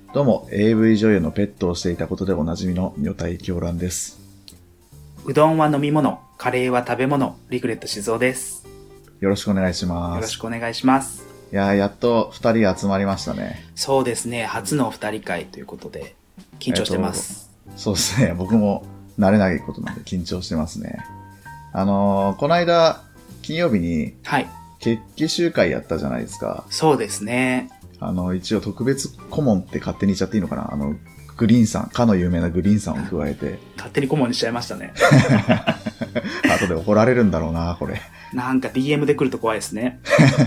どうも、AV 女優のペットをしていたことでおなじみの女体狂乱です。 うどんは飲み物、カレーは食べ物、リグレット静雄です。 よろしくお願いします。 よろしくお願いします。 いやー、やっと2人集まりましたね。 そうですね、初の2人会ということで、緊張してます。 そうですね、僕も慣れないことなんで緊張してますね。この間、金曜日に、 はい。 決起集会やったじゃないですか。 そうですね。 一応特別顧問って勝手に言っちゃっていいのかな、グリーンさん、かの有名なグリーンさんを加えて。 勝手に顧問にしちゃいましたね。 後で怒られるんだろうな、これ。 なんか DM で来ると怖いですね。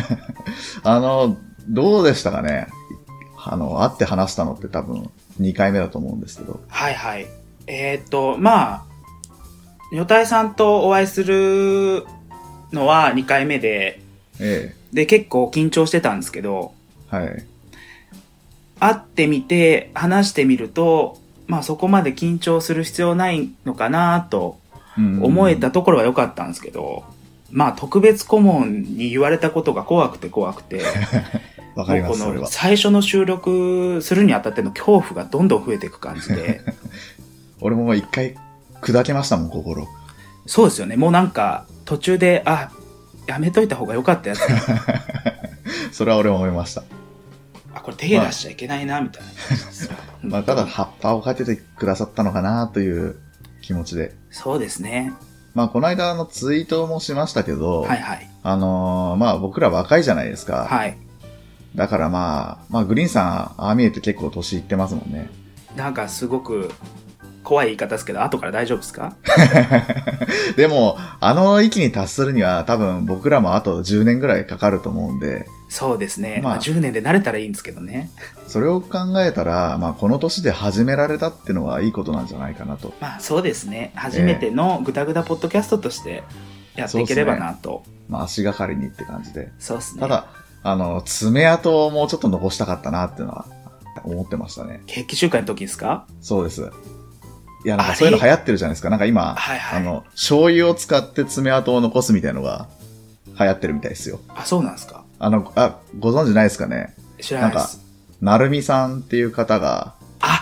どうでしたかね。会って話したのって多分2回目だと思うんですけど。 はいはい。まあ、女体さんとお会いするのは2回目で、で、結構緊張してたんですけど、 はい。 会ってみて話してみると、まあそこまで緊張する必要ないのかなと思えたところは良かったんですけど、まあ特別顧問に言われたことが怖くてわかります。 もうこの最初の収録するにあたっての恐怖がどんどん増えていく感じで。 俺も一回砕けましたもん、心。 そうですよね。もうなんか途中で、やめといた方が良かったやつだ。 それは俺も思いました。 これ手出しちゃいけないな、みたいな。 ただ葉っぱをかけてくださったのかなという気持ちで。 そうですね。 この間ツイートもしましたけど、 はいはい。 僕ら若いじゃないですか。 はい。 だからグリーンさん、ああ見えて結構年いってますもんね。 なんかすごく怖い言い方ですけど、後から大丈夫ですか？ でも、域に達するには多分僕らもあと10年ぐらいかかると思うんで。 そうですね。10年で慣れたらいいんですけどね。 それを考えたら、この年で始められたっていうのはいいことなんじゃないかなと。 そうですね。初めてのグダグダポッドキャストとしてやっていければなと。 足がかりにって感じで。 そうですね。 ただ、爪痕をもうちょっと残したかったなっていうのは思ってましたね。 決起集会の時ですか？ そうです。いや、なんかそういうの流行ってるじゃないですか。なんか今、醤油を使って爪痕を残すみたいなのが流行ってるみたいですよ。 そうなんですか？ ご存知ないですかね？ 知らないです。 なるみさんっていう方が、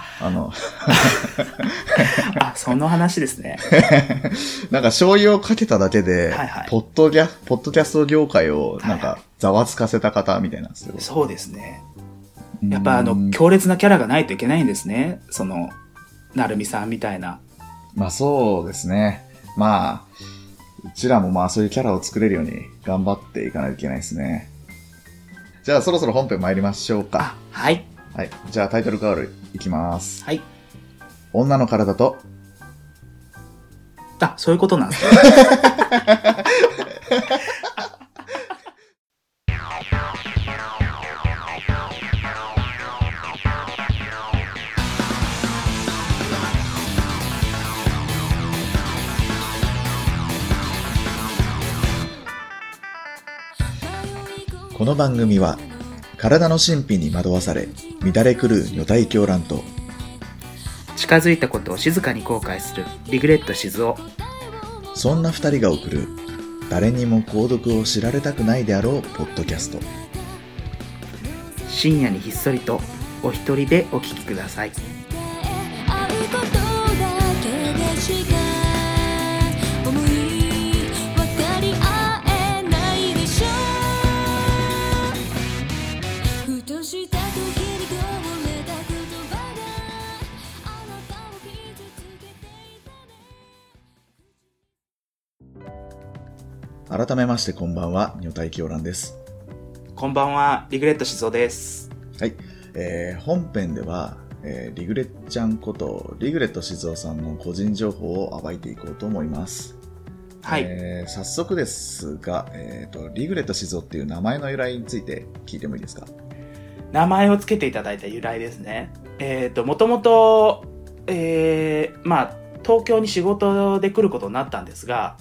その話ですね。 なんか醤油をかけただけで、ポッドキャスト業界をなんかざわつかせた方みたいなんですよ。 そうですね。やっぱ強烈なキャラがないといけないんですね。なるみさんみたいな。 そうですね。うちらもそういうキャラを作れるように頑張っていかないといけないですね。じゃあそろそろ本編参りましょうか。 はい。 はい。じゃあタイトルカードいきます。 はい。 女の体と、 そういうことなんですね。 この番組は体の神秘に惑わされ乱れ狂う女体狂乱と近づいたことを静かに後悔するリグレット静雄、 そんな二人が送る誰にも購読を知られたくないであろうポッドキャスト。 深夜にひっそりとお一人でお聞きください。 改めましてこんばんは、女体狂乱です。 こんばんは、リグレット静雄です。 はい、本編では、リグレッちゃんことリグレット静雄さんの個人情報を暴いていこうと思います。 はい。 早速ですが、リグレット静雄っていう名前の由来について聞いてもいいですか？ 名前をつけていただいた由来ですね。もともと、東京に仕事で来ることになったんですが、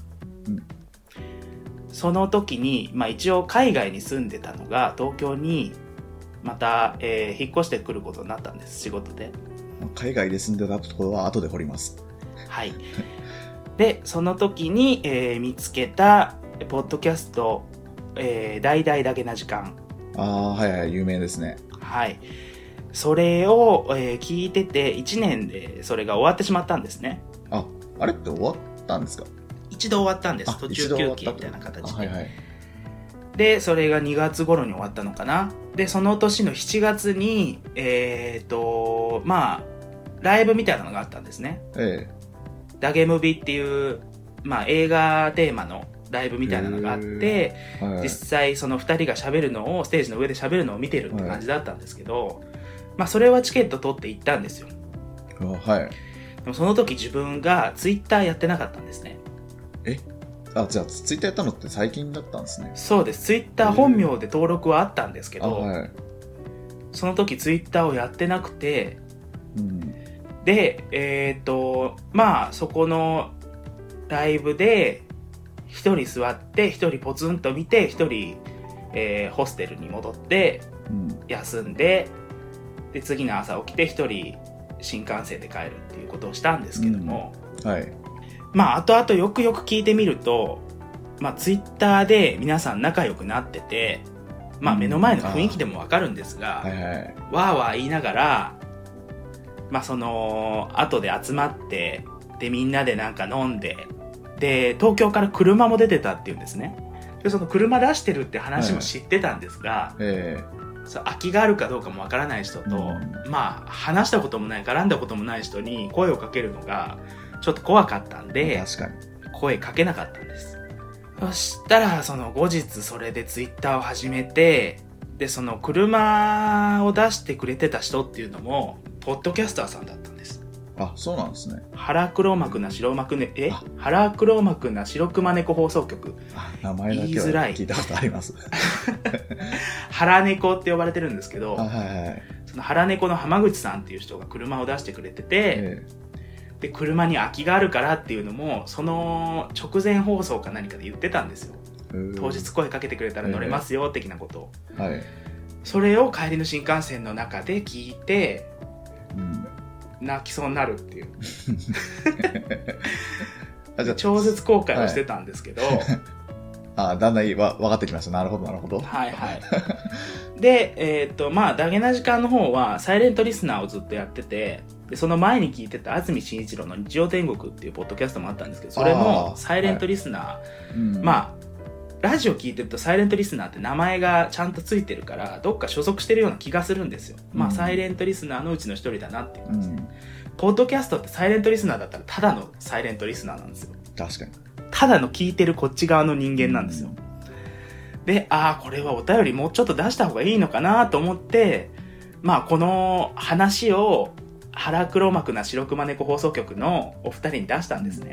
その時に、一応海外に住んでたのが東京にまた、引っ越してくることになったんです、仕事で。 海外で住んでたところは後で掘ります。 はい。で、その時に、見つけたポッドキャスト、大々だけな時間。 はいはい、有名ですね。 はい。 それを、聞いてて1年でそれが終わってしまったんですね。 あれって終わったんですか？ 一度終わったんです。途中休憩みたいな形で、 はいはい。 でそれが2月頃に終わったのかな。でその年の7月にまあライブみたいなのがあったんですね。ダゲムビっていう、まあ、映画テーマのライブみたいなのがあって、実際その2人が喋るのをステージの上で喋るのを見てるって感じだったんですけど、まあそれはチケット取って行ったんですよ。 はい。 でもその時自分がツイッターやってなかったんですね。 じゃあツイッターやったのって最近だったんですね。 そうです。ツイッター本名で登録はあったんですけど、その時ツイッターをやってなくて、でまあそこのライブで一人座って一人ポツンと見て一人、ホステルに戻って休んで、で次の朝起きて一人新幹線で帰るっていうことをしたんですけども、まあ後々よくよく聞いてみると、まあツイッターで皆さん仲良くなってて、まあ目の前の雰囲気でもわかるんですが、わーわー言いながら、まあその後で集まって、でみんなでなんか飲んで、で東京から車も出てたっていうんですね。でその車出してるって話も知ってたんですが、そう空きがあるかどうかもわからない人と、まあ話したこともない絡んだこともない人に声をかけるのがちょっと怖かったんで、声かけなかったんです。そしたらその後日それでツイッターを始めて、でその車を出してくれてた人っていうのもポッドキャスターさんだったんです。 そうなんですね。 腹黒幕な白幕ね、腹黒幕な白熊猫放送局。 名前だけは聞いたことあります。 腹猫って呼ばれてるんですけど、その腹猫の浜口さんっていう人が車を出してくれてて、で車に空きがあるからっていうのもその直前放送か何かで言ってたんですよ。当日声かけてくれたら乗れますよ的なことを、それを帰りの新幹線の中で聞いて、泣きそうになるっていう超絶後悔をしてたんですけど、 だんだん分かってきました。なるほどなるほど。 はいはいでまあダゲな時間の方はサイレントリスナーをずっとやってて、でその前に聞いてた安住紳一郎の日曜天国っていうポッドキャストもあったんですけど、それもサイレントリスナー、まあラジオ聞いてるとサイレントリスナーって名前がちゃんとついてるからどっか所属してるような気がするんですよ。まあサイレントリスナーのうちの一人だなっていう感じで、ポッドキャストってサイレントリスナーだったらただのサイレントリスナーなんですよ。 確かにただの聞いてるこっち側の人間なんですよ。でこれはお便りもうちょっと出した方がいいのかなと思って、まあこの話を腹黒幕な白熊猫放送局のお二人に出したんですね。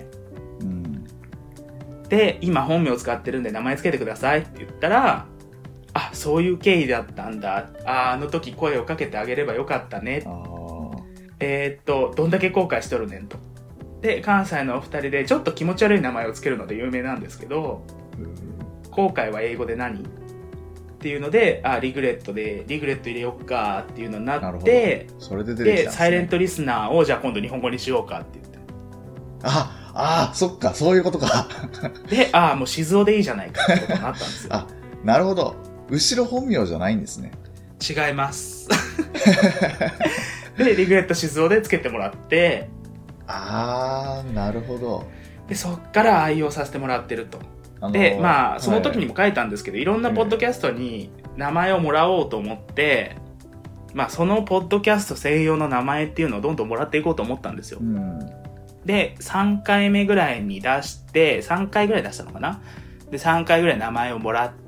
で今本名を使ってるんで名前つけてくださいって言ったら、そういう経緯だったんだ、あの時声をかけてあげればよかったね、どんだけ後悔しとるねんと。で関西のお二人でちょっと気持ち悪い名前をつけるので有名なんですけど、後悔は英語で何っていうので、リグレットでリグレット入れよっかっていうのになって、 それで出てきたんですね。 でサイレントリスナーをじゃあ今度日本語にしようかって言って、 そっか、そういうことか。 でもう静雄でいいじゃないかってことになったんですよ。 なるほど。後ろ本名じゃないんですね。 違いますでリグレット静雄でつけてもらって、 なるほど。 でそっから愛用させてもらってると。でまあその時にも書いたんですけど、いろんなポッドキャストに名前をもらおうと思って、まあそのポッドキャスト専用の名前っていうのをどんどんもらっていこうと思ったんですよ。で3回目ぐらいに出して、3回ぐらい出したのかな。で3回ぐらい名前をもらって、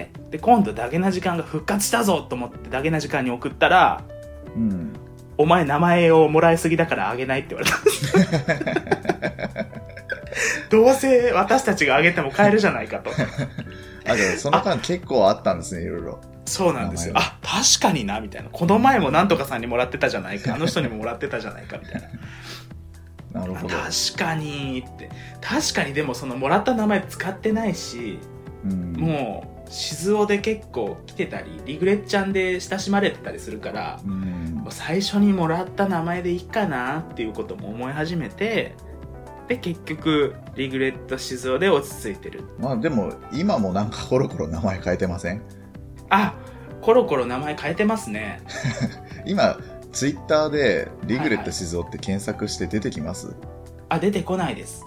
で今度ダゲな時間が復活したぞと思ってダゲな時間に送ったら、お前名前をもらいすぎだからあげないって言われたんですどうせ私たちがあげても買えるじゃないかと。 その間結構あったんですね、いろいろ。 そうなんですよ。確かになみたいな。この前もなんとかさんにもらってたじゃないか、あの人にももらってたじゃないかみたいな。 なるほど。 確かにって。確かにでもそのもらった名前使ってないし、もう静雄で結構来てたり、リグレッちゃんで親しまれてたりするから、もう最初にもらった名前でいいかなっていうことも思い始めて、で結局リグレット静雄で落ち着いてる。 でも今もなんかコロコロ名前変えてません？ コロコロ名前変えてますね。 今、ツイッターでリグレット静雄って検索して出てきます？ あ、出てこないです。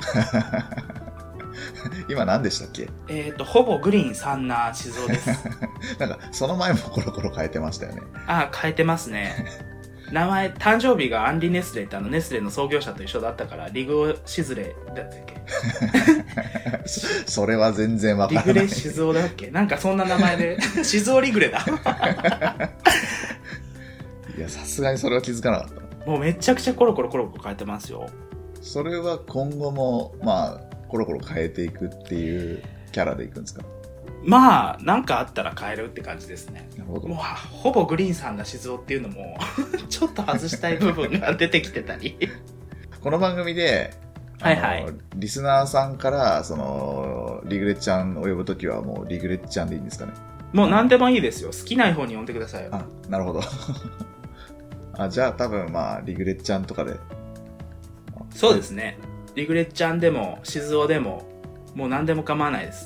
今何でしたっけ？ ほぼグリーンさんな静雄です。 なんか、その前もコロコロ変えてましたよね。 あ、変えてますね。名前、誕生日がアンリ・ネスレってネスレの創業者と一緒だったから、リグシズレだったっけ？ それは全然わからない。 リグレ静雄だっけ？なんかそんな名前で、静雄リグレだ。 いや、さすがにそれは気づかなかった。 もうめちゃくちゃコロコロ変えてますよ。 それは今後も、まあ、コロコロ変えていくっていうキャラでいくんですか？ まあ、なんかあったら変えるって感じですね。 なるほど。 もう、ほぼグリーンさんが静雄っていうのも、ちょっと外したい部分が出てきてたり。 この番組で、 はいはい。 リスナーさんから、リグレッちゃんを呼ぶときはもうリグレッちゃんでいいんですかね？ もう何でもいいですよ。好きな方に呼んでくださいよ。 あ、なるほど。あ、じゃあ多分まあ、リグレッちゃんとかで。 そうですね。リグレッちゃんでも、静雄でも、もう何でも構わないです。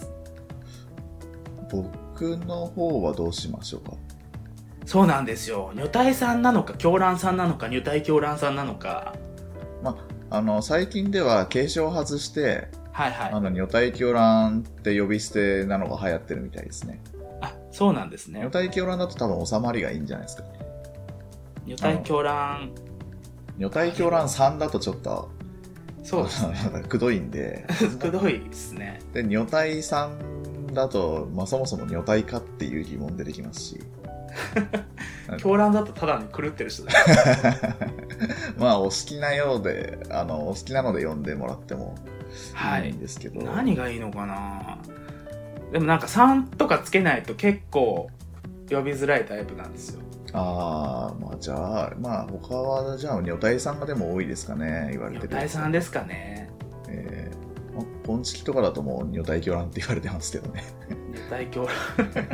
僕の方はどうしましょうか？ そうなんですよ。女体さんなのか、狂乱さんなのか、女体狂乱さんなのか。 まあ、最近では継承を外して、 はいはい。 女体狂乱って呼び捨てなのが流行ってるみたいですね。 あ、そうなんですね。 女体狂乱だと多分収まりがいいんじゃないですか。 女体狂乱。 女体狂乱3だとちょっと、 そうですね。 くどいんで。 くどいですね。 で、女体3だと、まあ、そもそも女体かっていう疑問出てきますし。 狂乱だとただに狂ってる人だ。 まあ、お好きなようで、お好きなので呼んでもらってもいいんですけど。 はい、何がいいのかな。でもなんか3とかつけないと結構呼びづらいタイプなんですよ。 ああ、まあじゃあ、まあ他はじゃあ、女体さんがでも多いですかね、言われてる。 女体さんですかね。 ポンチキとかだともう女体狂乱って言われてますけどね。 女体狂乱。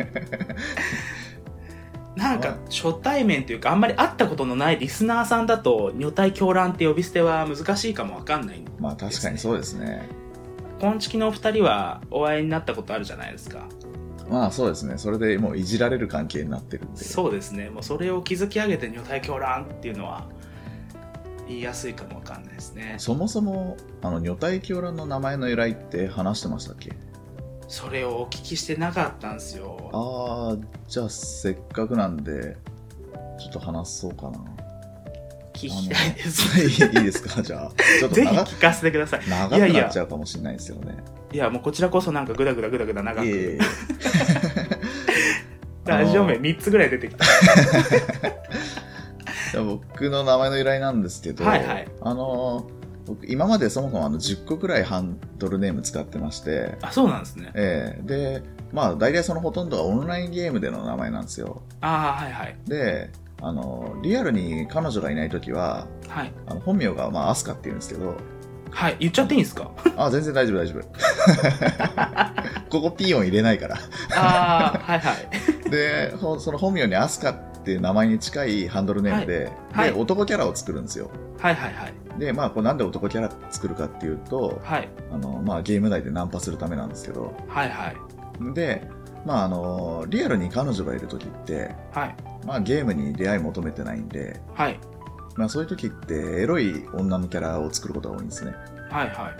なんか初対面というかあんまり会ったことのないリスナーさんだと女体狂乱って呼び捨ては難しいかもわかんないんですね。 まあ確かにそうですね。 ポンチキのお二人はお会いになったことあるじゃないですか。 まあそうですね。それでもういじられる関係になってるんで。 そうですね。もうそれを築き上げて女体狂乱っていうのは言いやすいかもわかんないですね。 そもそも女体狂乱の名前の由来って話してましたっけ？ それをお聞きしてなかったんですよ。 ああ、じゃあせっかくなんでちょっと話そうかな。 聞きたいです。 いいですか？じゃあちょっとぜひ聞かせてください。 長くなっちゃうかもしれないですよね。 いやもうこちらこそなんかグダグダ長く。 ラジオ名3つぐらい出てきた。 僕の名前の由来なんですけど、 はいはい、 僕今までそもそも10個くらいハンドルネーム使ってまして。 あ、そうなんですね。 で、まあ大体そのほとんどがオンラインゲームでの名前なんですよ。 ああ、はいはい。 で、リアルに彼女がいないときは、 はい、 本名がまあアスカって言うんですけど。 はい、言っちゃっていいんですか？ あ、全然大丈夫。ここピー音入れないから。 ああ、はいはい。 で、その本名にアスカっていう名前に近いハンドルネームで、 はい、 で男キャラを作るんですよ。 はいはいはい。 で、まあ、これなんで男キャラ作るかっていうと、 はい、 まあ、ゲーム内でナンパするためなんですけど、 はいはい。 で、まあ、リアルに彼女がいるときって、はい、まあ、ゲームに出会い求めてないんで、はい、まあ、そういうときってエロい女のキャラを作ることが多いんですね。はいはい。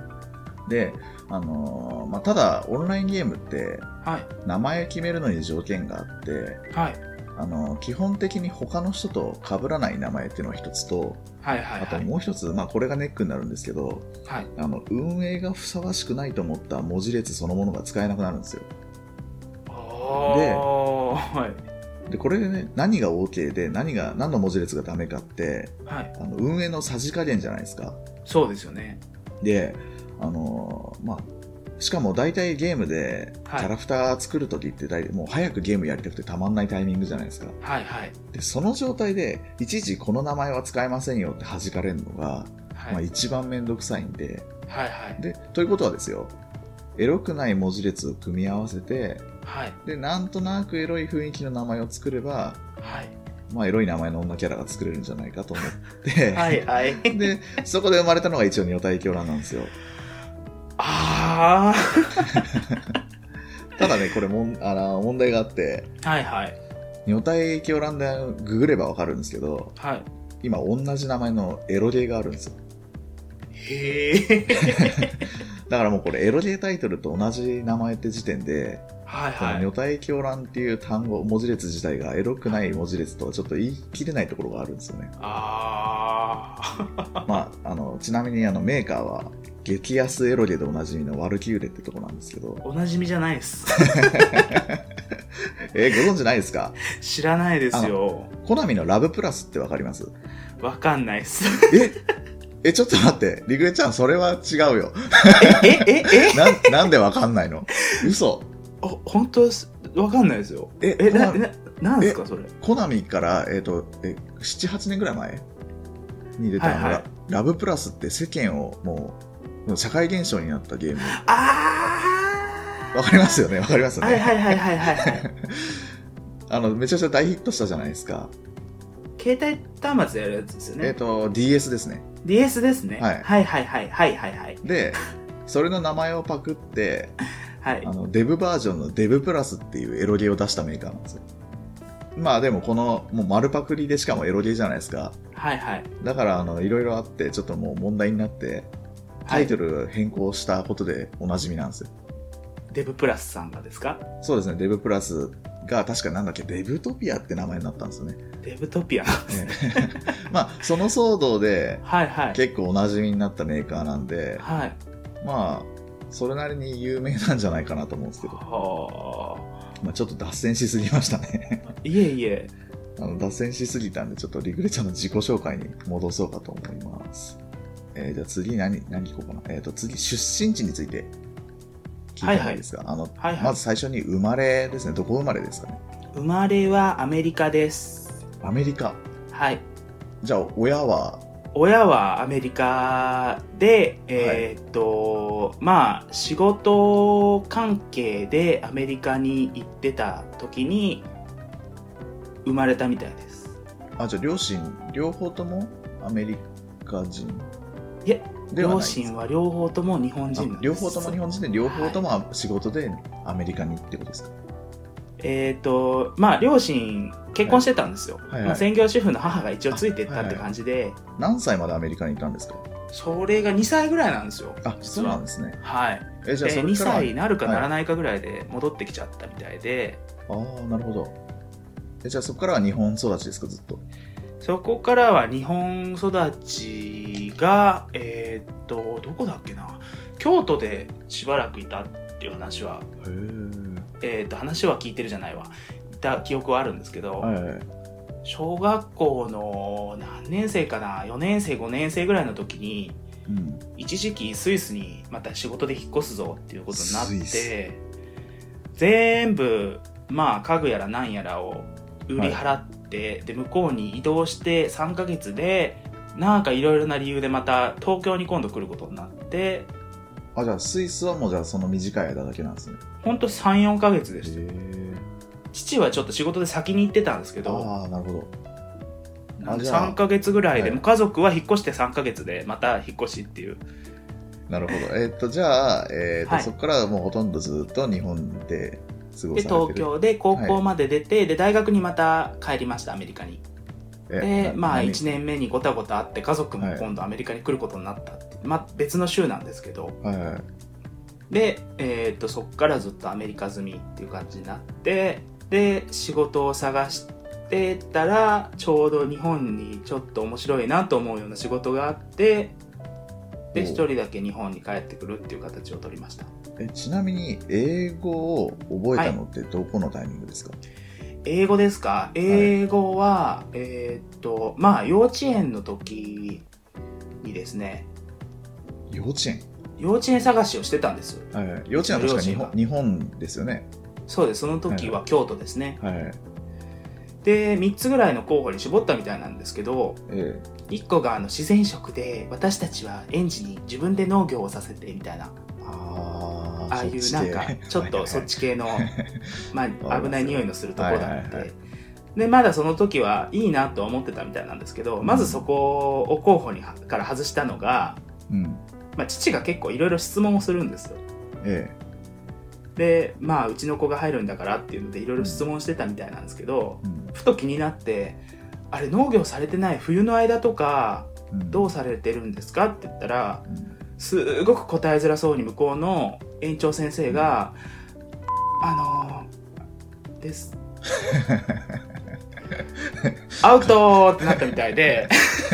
で、まあ、ただオンラインゲームって、はい、名前決めるのに条件があって、はい、基本的に他の人と被らない名前っていうのが一つと、はいはいはい、あともう一つ、まあ、これがネックになるんですけど、はい、運営がふさわしくないと思った文字列そのものが使えなくなるんですよ。でこれでね、何が OK で何の文字列がダメかって、はい、運営のさじ加減じゃないですか。 そうですよね。 で、まあ、しかも大体ゲームでキャラクター作るときってもう早くゲームやりたくてたまんないタイミングじゃないですか。はいはい。で、その状態で一時この名前は使えませんよって弾かれるのが、はい、まあ、一番めんどくさいんで、はいはい。で、ということはですよ、エロくない文字列を組み合わせて、はい、でなんとなくエロい雰囲気の名前を作れば、はい、まあ、エロい名前の女キャラが作れるんじゃないかと思ってはいはい。で、そこで生まれたのが一応女体狂乱なんですよ。ああ。ただね、これ問題があって、はいはい。 女体狂乱でググればわかるんですけど、はい、今同じ名前のエロゲーがあるんですよ。 へえ。 だからもうこれエロゲータイトルと同じ名前って時点で、はいはい、この女体狂乱っていう単語、文字列自体がエロくない文字列とはちょっと言い切れないところがあるんですよね。まあ、ちなみにメーカーは激安エロゲでおなじみのワルキューレってとこなんですけど。 おなじみじゃないです。 ご存知ないですか？ 知らないですよ。 コナミのラブプラスってわかります？ わかんないっす。 ちょっと待って、リグレちゃん、それは違うよ。なんでわかんないの？嘘。 本当わかんないですよ。なんですかそれ？ コナミから、7、8年ぐらい前に出たのが、ラブプラスって世間をもう社会現象になったゲーム。わかりますよね、わかりますよね。はい。めちゃくちゃ大ヒットしたじゃないですか。 携帯端末でやるやつですよね。 DS ですね。 DS ですね。はい。 で、それの名前をパクって、はい、デブバージョンのデブプラスっていうエロゲーを出したメーカーなんですよ。まあでももう丸パクリでしかもエロゲーじゃないですか。はいはい。だからいろいろあってちょっともう問題になってタイトル変更したことでおなじみなんですよ。 デブプラスさんがですか？ そうですね。デブプラスが確かデブトピアって名前になったんですよね。 デブトピアなんですね。 まあその騒動で結構おなじみになったメーカーなんで、はい、まあそれなりに有名なんじゃないかなと思うんですけど、まあ、ちょっと脱線しすぎましたね。 いえ脱線しすぎたんでちょっとリグレちゃんの自己紹介に戻そうかと思います。じゃあ次何聞こうかな。次出身地について聞いてもいいですか？まず最初に生まれですね。どこ生まれですかね？ 生まれはアメリカです。 アメリカ。 はい。 じゃあ親はアメリカで、まあ仕事関係でアメリカに行ってた時に生まれたみたいです。 じゃあ両親両方ともアメリカ人？ いや、両親は両方とも日本人なんです。 両方とも日本人で両方とも仕事でアメリカにってことですか？ まあ両親結婚してたんですよ。まあ、専業主婦の母が一応ついてったって感じで。 何歳までアメリカにいたんですか？ それが2歳ぐらいなんですよ。 そうなんですね。 はい。じゃあ2歳になるかならないかぐらいで戻ってきちゃったみたいで。 なるほど。じゃあそこからは日本育ちですか？ずっと。 そこからは日本育ちがどこだっけな、京都でしばらくいたっていう話は話は聞いてるじゃないわ、いた記憶はあるんですけど、小学校の何年生かな、4年生5年生ぐらいの時に、一時期スイスにまた仕事で引っ越すぞっていうことになって、全部まあ家具やら何やらを売り払って、で向こうに移動して3ヶ月でなんかいろいろな理由でまた東京に今度来ることになって、 じゃあスイスはもうじゃあその短い間だけなんですね。 ほんと 3,4 ヶ月でした。父はちょっと仕事で先に行ってたんですけど、 なるほど。 3ヶ月ぐらいで、家族は引っ越して3ヶ月でまた引っ越しっていう。 なるほど。じゃあ、そこからもうほとんどずっと日本で過ごされてる。で東京で高校まで出て、で大学にまた帰りました、アメリカに。でまあ1年目にごたごたあって家族も今度アメリカに来ることになったって、まあ別の州なんですけど、で、そこからずっとアメリカ住みっていう感じになって、で仕事を探してたらちょうど日本にちょっと面白いなと思うような仕事があって、で一人だけ日本に帰ってくるっていう形を取りました。 ちなみに英語を覚えたのってどこのタイミングですか？ 英語ですか？英語は、まあ幼稚園の時にですね。 幼稚園探しをしてたんですよ。 幼稚園は確か日本ですよね。 そうです。その時は京都ですね。で3つぐらいの候補に絞ったみたいなんですけど、1個が自然食で、私たちは園児に自分で農業をさせてみたいな、ああいうなんかちょっとそっち系のまあ危ない匂いのするところだって、でまだその時はいいなと思ってたみたいなんですけど、まずそこを候補にから外したのが、まあ、父が結構いろいろ質問をするんですよ。 でまあうちの子が入るんだからっていうのでいろいろ質問してたみたいなんですけど、ふと気になって、あれ農業されてない冬の間とかどうされてるんですかって言ったら、すごく答えづらそうに向こうの園長先生が、ですアウトってなったみたいで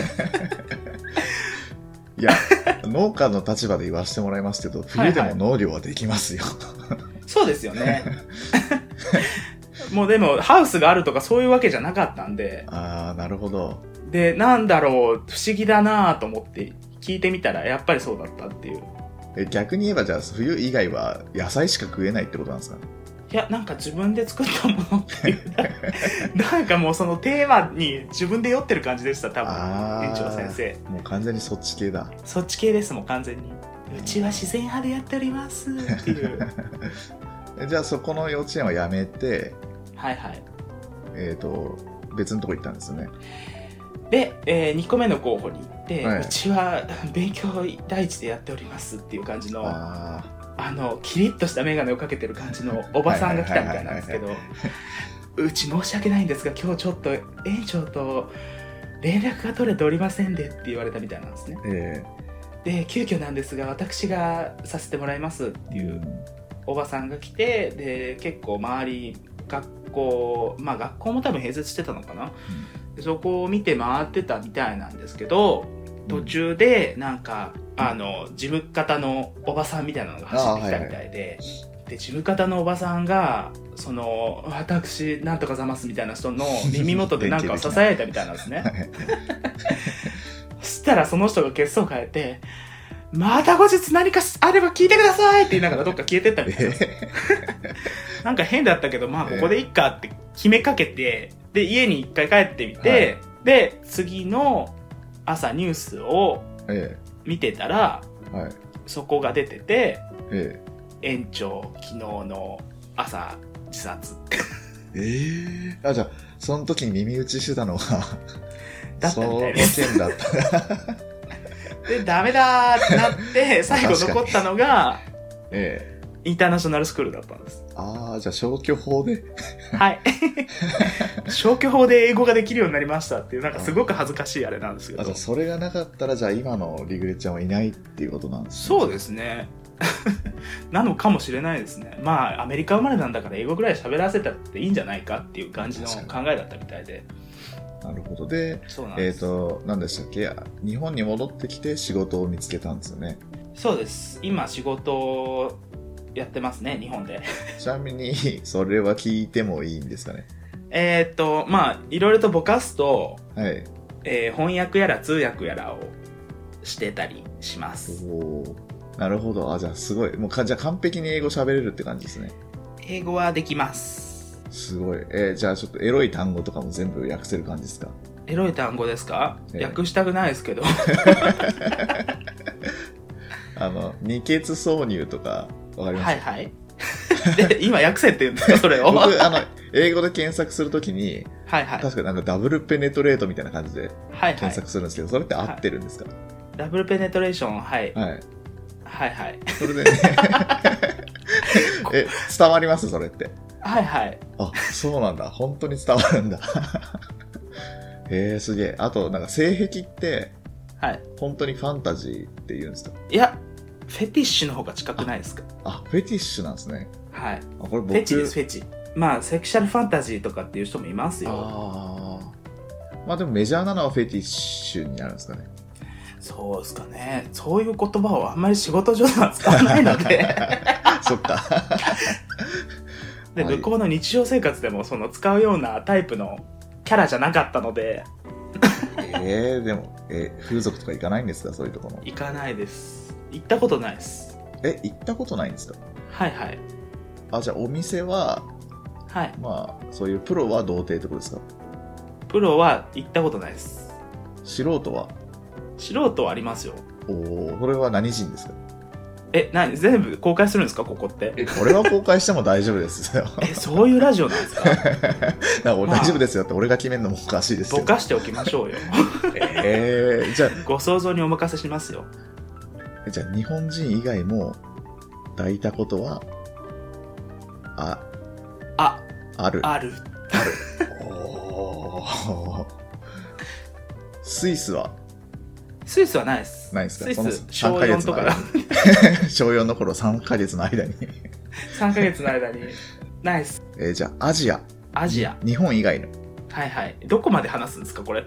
いや農家の立場で言わせてもらいますけど、冬でも農業はできますよ、はいはい、 そうですよねもうでもハウスがあるとかそういうわけじゃなかったんで、 ああなるほど。 でなんだろう不思議だなと思って聞いてみたらやっぱりそうだったっていう。 逆に言えばじゃあ冬以外は野菜しか食えないってことなんですかね。 いやなんか自分で作ったものっていうなんかもうそのテーマに自分で酔ってる感じでした多分園長先生。 もう完全にそっち系だ。 そっち系ですもん完全に。うちは自然派でやっておりますっていうじゃあそこの幼稚園はやめて、 はいはい、 別のとこ行ったんですよね。 で、2個目の候補に行って、 はい、 うちは勉強第一でやっておりますっていう感じのキリッとした眼鏡をかけてる感じのおばさんが来たみたいなんですけど、うち申し訳ないんですが今日ちょっと園長と連絡が取れておりませんでって言われたみたいなんですね、で急遽なんですが私がさせてもらいますっていうおばさんが来て、で結構周り学校も多分併設してたのかな、でそこを見て回ってたみたいなんですけど、途中でなんか事務方のおばさんみたいなのが走ってきたみたいで、で事務方のおばさんがその私なんとかざますみたいな人の耳元でなんかをささやいたみたいなんですねそしたらその人が血相を変えて、また後日何かあれば聞いてくださいって言いながらどっか消えてったみたいななんか変だったけどここでいっかって決めかけて、で家に一回帰ってみて、で次の朝ニュースを見てたら、そこが出てて、園長昨日の朝自殺じゃあその時に耳打ちしてたのがだったみたいです。 その件だったでダメだーってなって最後残ったのが、インターナショナルスクールだったんです。 じゃあ消去法ではい消去法で英語ができるようになりましたっていう、なんかすごく恥ずかしいあれなんですけど、 じゃあそれがなかったらじゃあ今のリグレちゃんはいないっていうことなんですね。 そうですねなのかもしれないですね。アメリカ生まれなんだから英語ぐらい喋らせたっていいんじゃないかっていう感じの考えだったみたいで。 なるほど。で、 そうなんです。 何でしたっけ、日本に戻ってきて仕事を見つけたんですよね。 そうです。今仕事やってますね、日本で。 ちなみにそれは聞いてもいいんですかね。 いろいろとぼかすと、翻訳やら通訳やらをしてたりします。 なるほど。じゃあすごい。もうじゃあ完璧に英語喋れるって感じですね。 英語はできます。 すごい。じゃあちょっとエロい単語とかも全部訳せる感じですか？ エロい単語ですか？訳したくないですけど。 二血挿入とかわかります？ はいはい。で、今訳せって言うんですかそれを？ 僕、英語で検索するときに、 はいはい。 確かなんかダブルペネトレートみたいな感じで検索するんですけど、それって合ってるんですか？ ダブルペネトレーション、はい。 はいはい。 それでね伝わりますそれって？ はいはい。 そうなんだ。本当に伝わるんだ。すげえ。あと、なんか性癖って、本当にファンタジーって言うんですか？ いや、フェティッシュの方が近くないですか？ フェティッシュなんですね。 はい。 これ僕フェチです、フェチ。セクシャルファンタジーとかっていう人もいますよ。 でもメジャーなのはフェティッシュになるんですかね。 そうですかね。そういう言葉をあんまり仕事上では使わないので。 そっか。 で、向こうの日常生活でも使うようなタイプのキャラじゃなかったので。 でも、風俗とか行かないんですか？そういうところ。 行かないです。行ったことないです。 行ったことないんですか？ はいはい。 じゃあお店は、そういうプロは童貞ってことですか？ プロは行ったことないです。 素人は？ 素人はありますよ。 これは何人ですか？ 全部公開するんですかここって？ これは公開しても大丈夫ですよ。 そういうラジオなんですか？ 大丈夫ですよって俺が決めるのもおかしいですよ。 ぼかしておきましょうよ。 じゃあご想像にお任せしますよ。 じゃあ日本人以外も抱いたことはある。スイスはないです。 ないですか？ スイス、 その小4とかだ。 小4の頃3ヶ月の間に。 3ヶ月の間に。ないです。 じゃあ、アジア。日本以外の。 はいはい。どこまで話すんですか、これって。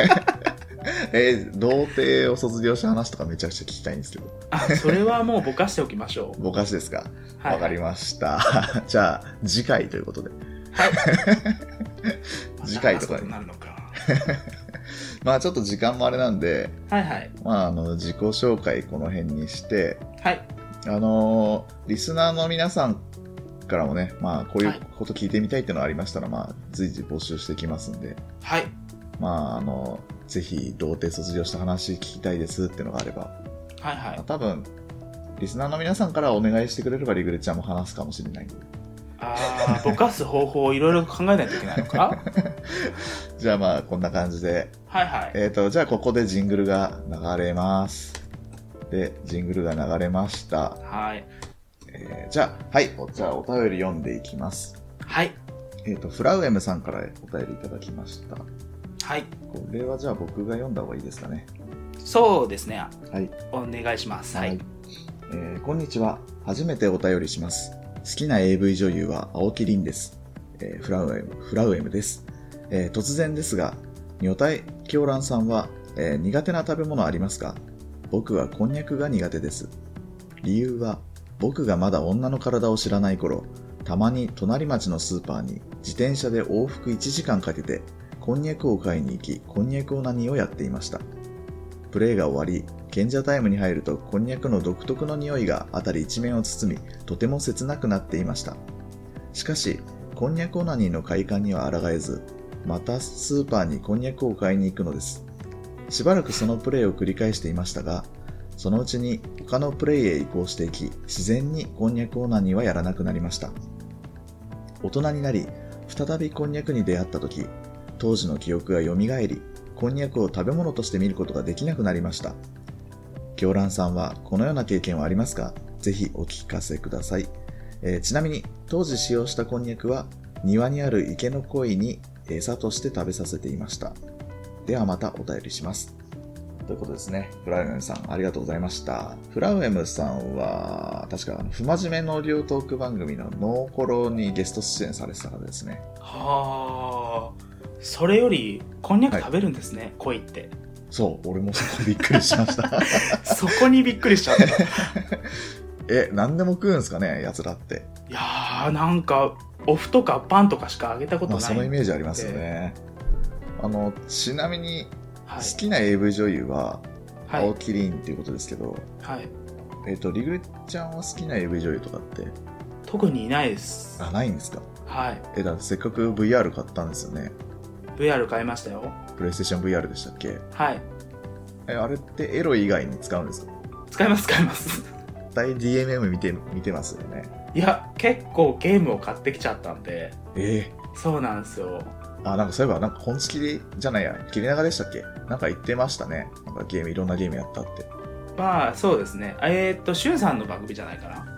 童貞を卒業した話とかめちゃくちゃ聞きたいんですけど。 それはもうぼかしておきましょう。 ぼかしですか？ はい、 わかりました。じゃあ、次回ということで。 はい。 次回とかに。 なるのか。 まあちょっと時間もあれなんで、 はいはい。 まあ自己紹介この辺にして、 はい。 リスナーの皆さんからもね、まあこういうこと聞いてみたいっていうのがありましたら、まあ随時募集していきますんで、 はい。 まあぜひ童貞卒業した話聞きたいですっていうのがあれば、 はいはい。 多分リスナーの皆さんからお願いしてくれればリグレちゃんも話すかもしれない。 ぼかす方法をいろいろ考えないといけないのか。 じゃあまあこんな感じで、 はいはい。 じゃあここでジングルが流れます。でジングルが流れました。 はい。 じゃあじゃあお便り読んでいきます。 はい。 フラウエムさんからお便りいただきました。 はい。 これはじゃあ僕が読んだ方がいいですかね。 そうですね。 はい。 お願いします。はい。 こんにちは。初めてお便りします。好きな AV 女優は青木凛です。フラウエムです。突然ですが、女体狂乱さんは、苦手な食べ物ありますか？僕はこんにゃくが苦手です。理由は、僕がまだ女の体を知らない頃、たまに隣町のスーパーに自転車で往復1時間かけて、こんにゃくを買いに行き、こんにゃくオナニーをやっていました。プレイが終わり、賢者タイムに入るとこんにゃくの独特の匂いが辺り一面を包み、とても切なくなっていました。しかし、こんにゃくオナニーの快感には抗えず、またスーパーにこんにゃくを買いに行くのです。しばらくそのプレイを繰り返していましたが、そのうちに他のプレイへ移行していき、自然にこんにゃくオナニーはやらなくなりました。大人になり、再びこんにゃくに出会った時、当時の記憶が蘇り、こんにゃくを食べ物として見ることができなくなりました。狂乱さんはこのような経験はありますか？ぜひお聞かせください。ちなみに当時使用したこんにゃくは庭にある池の鯉に餌として食べさせていました。ではまたお便りします。ということですね。フラウエムさんありがとうございました。フラウエムさんは確か不真面目の両トーク番組のノーコロにゲスト出演されてた方ですね。 はあ。それよりこんにゃく食べるんですね、鯉って。 そう、俺もそこびっくりしました。 そこにびっくりしちゃった。 何でも食うんすかね、奴らって。 いやー、なんかお麩とかパンとかしかあげたことない。 そのイメージありますよね。ちなみに好きな AV 女優は青木凛っていうことですけど、 はい。 リグレちゃんは好きな AV 女優とかって特にいないです。 ないんですか？ はい。 だってせっかく VR 買ったんですよね。 VR 買いましたよ。 プレイステーション VR でしたっけ？ はい。 あれってエロ以外に使うんですか？ 使います。 絶対 DMM 見てますよね。 いや、結構ゲームを買ってきちゃったんで。そうなんですよ。 なんかそういえばなんか本気じゃないや、切れ長でしたっけ？なんか言ってましたね。なんかいろんなゲームやったって。 まあそうですね。しゅんさんの番組じゃないかな。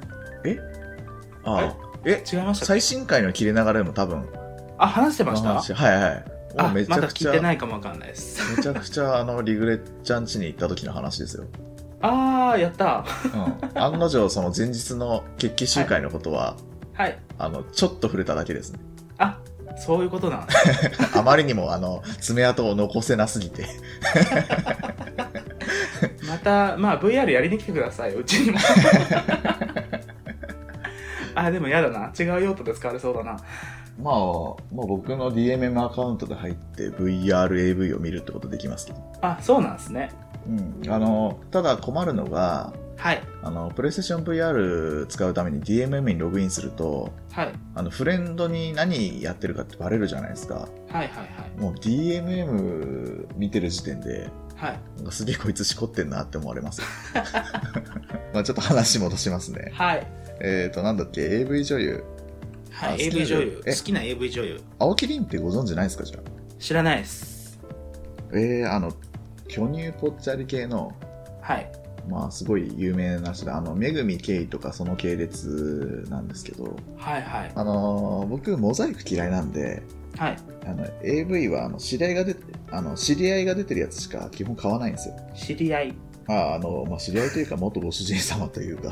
違いました？ 最新回の切れ長でも多分話してました？ はいはい。めちゃくちゃまだ聞いてないかもわかんないです。 めちゃくちゃリグレちゃん家に行った時の話ですよ。 やった。 案の定その前日の決起集会のことは、 はい。 ちょっと触れただけですね。 そういうことなんですね。 あまりにも爪痕を残せなすぎて。 またVR やりに来てくださいよ、うちにも。でもやだな、違う用途で使われそうだな。 もう僕の DMM アカウントで入って VRAV を見るってことできますけど。 そうなんですね。 ただ困るのが、 はい。 プレイステーション VR 使うために DMM にログインすると、 はい。 フレンドに何やってるかってバレるじゃないですか。 はいはいはい。 もう DMM 見てる時点で、 はい。 なんかすげえこいつしこってんなって思われますよ。ちょっと話戻しますね。 はい。 なんだっけ、AV 女優。 はい、AV 女優。好きな AV 女優。 青木凛ってご存知ないですか？じゃあ。 知らないです。 巨乳ぽっちゃり系の、 はい。 まあすごい有名な人で、めぐみけいとかその系列なんですけど、 はいはい。 僕モザイク嫌いなんで、 はい。 AV は知り合いが出てるやつしか基本買わないんですよ。 知り合い。 まあ知り合いというか元ご主人様というか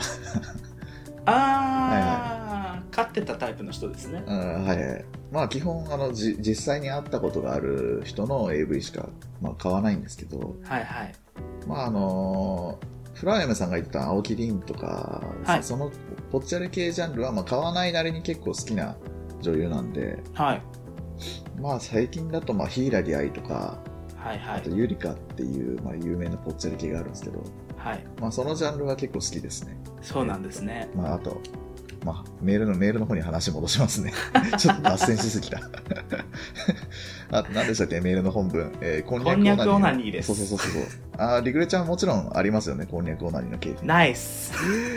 はい、飼ってたタイプの人ですね。 はい。まあ基本実際に会ったことがある人の AV しか、まあ、買わないんですけど、 はいはい。 まあフラーヤメさんが言ってた青木凛とか、はい、そのぽっちゃり系ジャンルはまあ買わないなりに結構好きな女優なんで、 はい。 まあ最近だと柊愛とか、 はいはい、 あとゆりかっていう、まあ、有名なぽっちゃり系があるんですけど、 はい、 まあそのジャンルは結構好きですね。 そうなんですね。 まああと、まあ、メールの方に話戻しますね。ちょっと脱線しすぎた。あと何でしたっけ、メールの本文。 こんにゃくオナニーです。 そう。リグレちゃんもちろんありますよね、こんにゃくオナニーの経験。 ナイス。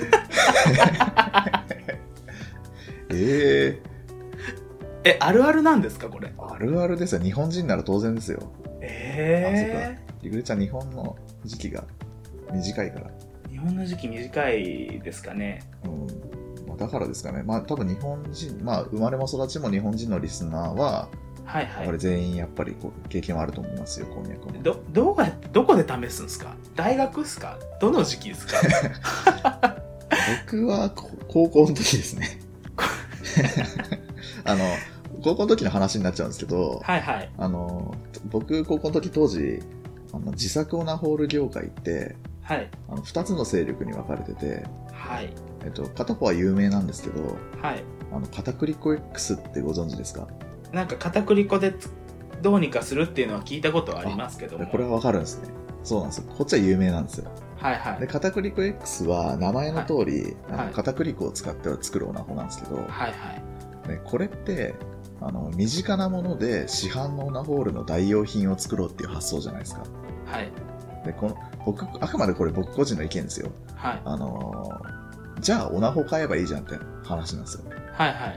あるあるなんですか、これ。 あるあるですよ。日本人なら当然ですよ。リグレちゃん日本の時期が短いから。 日本の時期短いですかね。 だからですかね。まあ多分日本人、まあ生まれも育ちも日本人のリスナーは、 はいはい。 これ全員やっぱりこう経験はあると思いますよ、こんにゃくも。 どこで試すんですか？大学ですか？どの時期ですか？ 僕は高校の時ですね。高校の時の話になっちゃうんですけど、 はいはい。 僕高校の時当時自作オナホール業界って、 はい、 2つの勢力に分かれてて、 はい、 片方は有名なんですけど、 はい、 片栗粉 X ってご存知ですか？ なんか片栗粉でどうにかするっていうのは聞いたことはありますけども。 これは分かるんですね。そうなんですよ。こっちは有名なんですよ。 はいはい。 で片栗粉 X は名前の通り、片栗粉を使って作るオナホなんですけど、 はいはい。 ね、これって身近なもので市販のオナホールの代用品を作ろうっていう発想じゃないですか。 はい。 であくまでこれ僕個人の意見ですよ。 はい。 じゃあオナホ買えばいいじゃんって話なんですよ。 はいはい。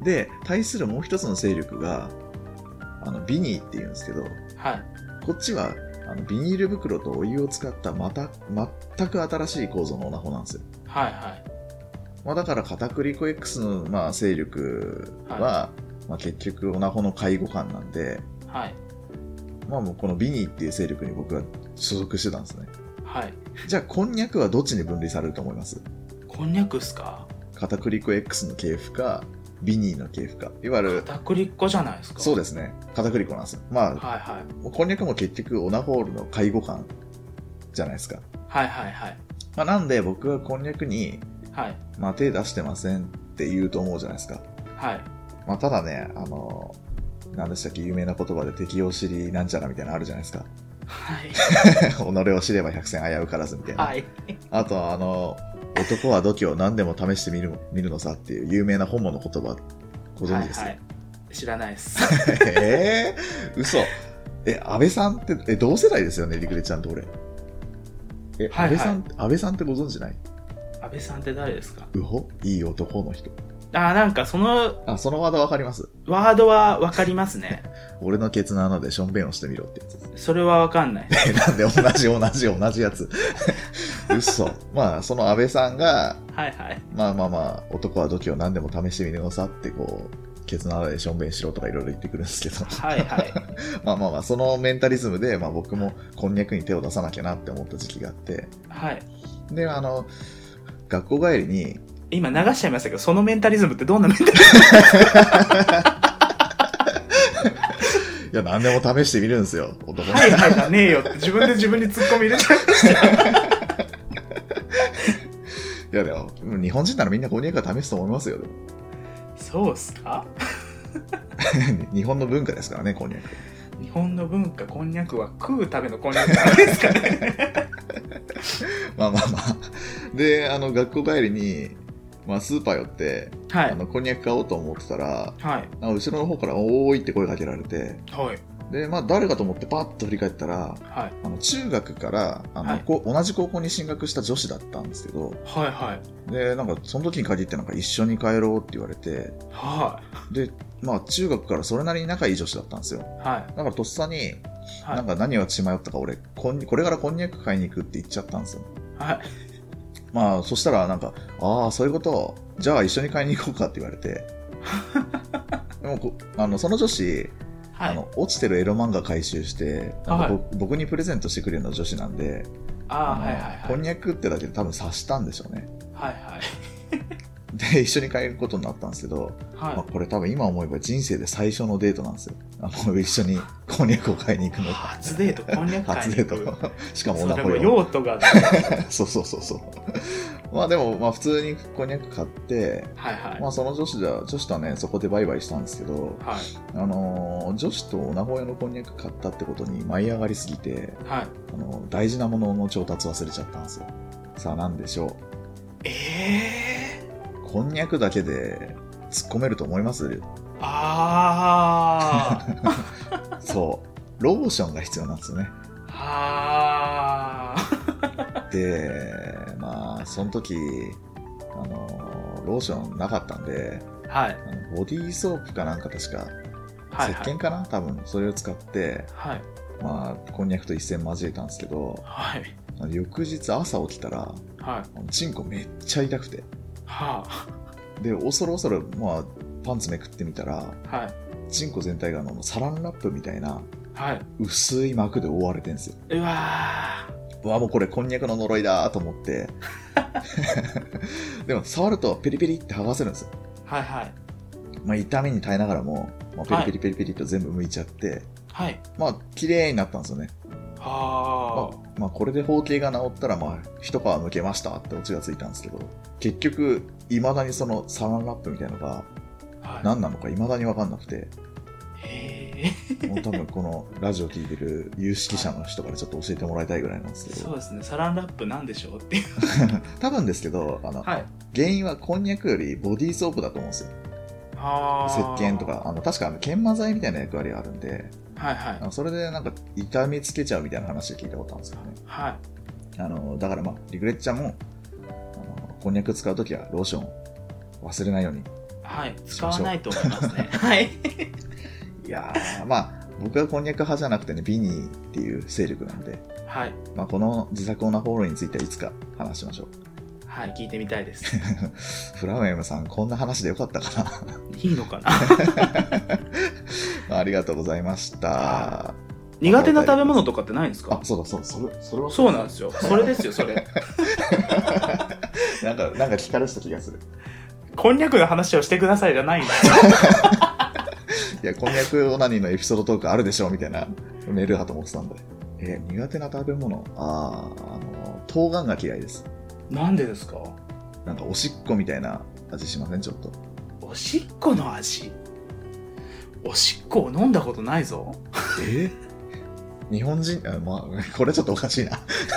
で対するもう一つの勢力がビニーっていうんですけど、 はい、 こっちはビニール袋とお湯を使った全く新しい構造のオナホなんですよ。 はいはい。 まあ、だから片栗粉 X の、まあ、勢力は、はい、まあ、結局オナホの介護官なんで、 はい、 まあもうこのビニーっていう勢力に僕は所属してたんですね。 はい。 じゃあこんにゃくはどっちに分類されると思います？ こんにゃくっすか？ 片栗粉 X の系譜かビニーの系譜か。いわゆる片栗粉じゃないですか？ そうですね、片栗粉なんですよ。まあ、はいはい、こんにゃくも結局オナホールの介護官じゃないですか。はいはいはい。まあ、なんで僕はこんにゃくに、はい、まあ、手出してませんって言うと思うじゃないですか。はい。まあ、ただね、何でしたっけ、有名な言葉で敵を知りなんちゃらみたいなのあるじゃないですか。はい。己を知れば百戦危うからずみたいな。はい。あと男は度胸何でも試してみるのさっていう有名な本物の言葉ご存知ですか？はいはい、 知らないです。 嘘。安倍さんって同世代ですよね、リクレちゃんと俺。はいはい、安倍さんってご存知ない？ 安倍さんって誰ですか？ いい男の人。 なんかそのワードわかります？ ワードはわかりますね。 俺のケツの穴でションベンをしてみろってやつです。 それはわかんない。 なんで同じやつ。嘘。まあその安倍さんが、はいはい。まあ男は度胸何でも試してみるのさってこうケツの穴でションベンしろとかいろいろ言ってくるんですけど。はいはい。まあそのメンタリズムで僕もこんにゃくに手を出さなきゃなって思った時期があって。はい。で学校帰りに。 今流しちゃいましたけど、そのメンタリズムってどんなメンタリズムですか？ いや、何でも試してみるんですよ、男はいはいじゃねえよって自分で自分にツッコミ入れちゃいました。いやでも、日本人ならみんなこんにゃくは試すと思いますよ。でもそうっすか？ 日本の文化ですからね、こんにゃく。 日本の文化、こんにゃくは食うためのこんにゃくなんですかね。 まあ。で、学校帰りに、スーパー寄って、はい、こんにゃく買おうと思ってたら、はい、後ろの方からおーいって声かけられて、はい、で、誰かと思ってパッと振り返ったら、はい、中学からはい、同じ高校に進学した女子だったんですけど、はいはい、で、なんかその時に限って一緒に帰ろうって言われて、はい、で、中学からそれなりに仲いい女子だったんですよ。はい、だからとっさに、 はい、 なんか何を血迷ったか俺、これからこんにゃく買いに行くって言っちゃったんですよ。 はい。 まあ、そしたらなんか、ああ、そういうこと、じゃあ一緒に買いに行こうかって言われて。でもその女子、はい、落ちてるエロ漫画回収して、はい、僕にプレゼントしてくれるような女子なんで、 はいはいはい、 こんにゃくってだけで多分察したんでしょうね。 はいはい。 で、一緒に帰ることになったんですけど、はい、まあ、これ多分今思えば人生で最初のデートなんですよ。一緒にこんにゃくを買いに行くのが。 初デート、こんにゃく買いに行く。 初デート。しかも女の子用途が。 そう。まあでも、まあ普通にこんにゃく買って、 はいはい、 まあその女子とはね、そこでバイバイしたんですけど、 はい、 女子と女小屋のこんにゃく買ったってことに舞い上がりすぎて、 はい、 大事なものの調達忘れちゃったんですよ。さあ何でしょう。こんにゃくだけで突っ込めると思います？ ああ。そう。ローションが必要なんですよね。 ああ。 で、まあ、その時、ローションなかったんで、 はい。 ボディーソープかなんか確か、石鹸かな、多分、それを使って、 はい。 まあ、こんにゃくと一線交えたんですけど、 はい。 翌日朝起きたら、 はい。 チンコめっちゃ痛くて。 はあ。で、恐る恐る、まあ、パンツめくってみたら、 はい。 チンコ全体がサランラップみたいな、 はい。 薄い膜で覆われてるんですよ。 うわー。もうこれこんにゃくの呪いだと思って。でも、触るとペリペリって剥がせるんですよ。 はいはい。 まあ、痛みに耐えながらも、まあ、ペリペリペリペリと全部剥いちゃって、 はい。 まあ、綺麗になったんですよね。 はあ。まあ、これで包茎が治ったら、まあ、一皮むけましたってオチがついたんですけど、結局、未だにそのサランラップみたいなのが、何なのか未だに分かんなくて、もう多分このラジオ聞いてる有識者の人からちょっと教えてもらいたいぐらいなんですけど。 そうですね。サランラップなんでしょうっていう。 多分ですけど、はい、原因はこんにゃくよりボディーソープだと思うんですよ。石鹸とか、確か研磨剤みたいな役割があるんで、 はいはい。 それでなんか痛みつけちゃうみたいな話を聞いたことあるんですよね。 はい。 だからまあ、リグレッチャーも、こんにゃく使うときはローション忘れないように。 はい。使わないと思いますね。はい。 いやー、まあ、僕はこんにゃく派じゃなくてね、ビニーっていう勢力なんで、 はい。 まあ、この自作オナホールについてはいつか話しましょう。 はい、聞いてみたいです。 フラウエムさん、こんな話でよかったかな。 いいのかな。ありがとうございました。 苦手な食べ物とかってないんですか？ あ、そうだ、それはそうなんですよ。それですよ、それ。 なんか聞かれてた気がする。 こんにゃくの話をしてくださいじゃないんだよ。 いや、こんにゃくオナニーのエピソードトークあるでしょみたいなメールだと思ってたんで。苦手な食べ物、冬瓜が嫌いです。 なんでですか？ なんかおしっこみたいな味しません？ちょっと。 おしっこの味？おしっこを飲んだことないぞ。 日本人、まあ、これちょっとおかしいな。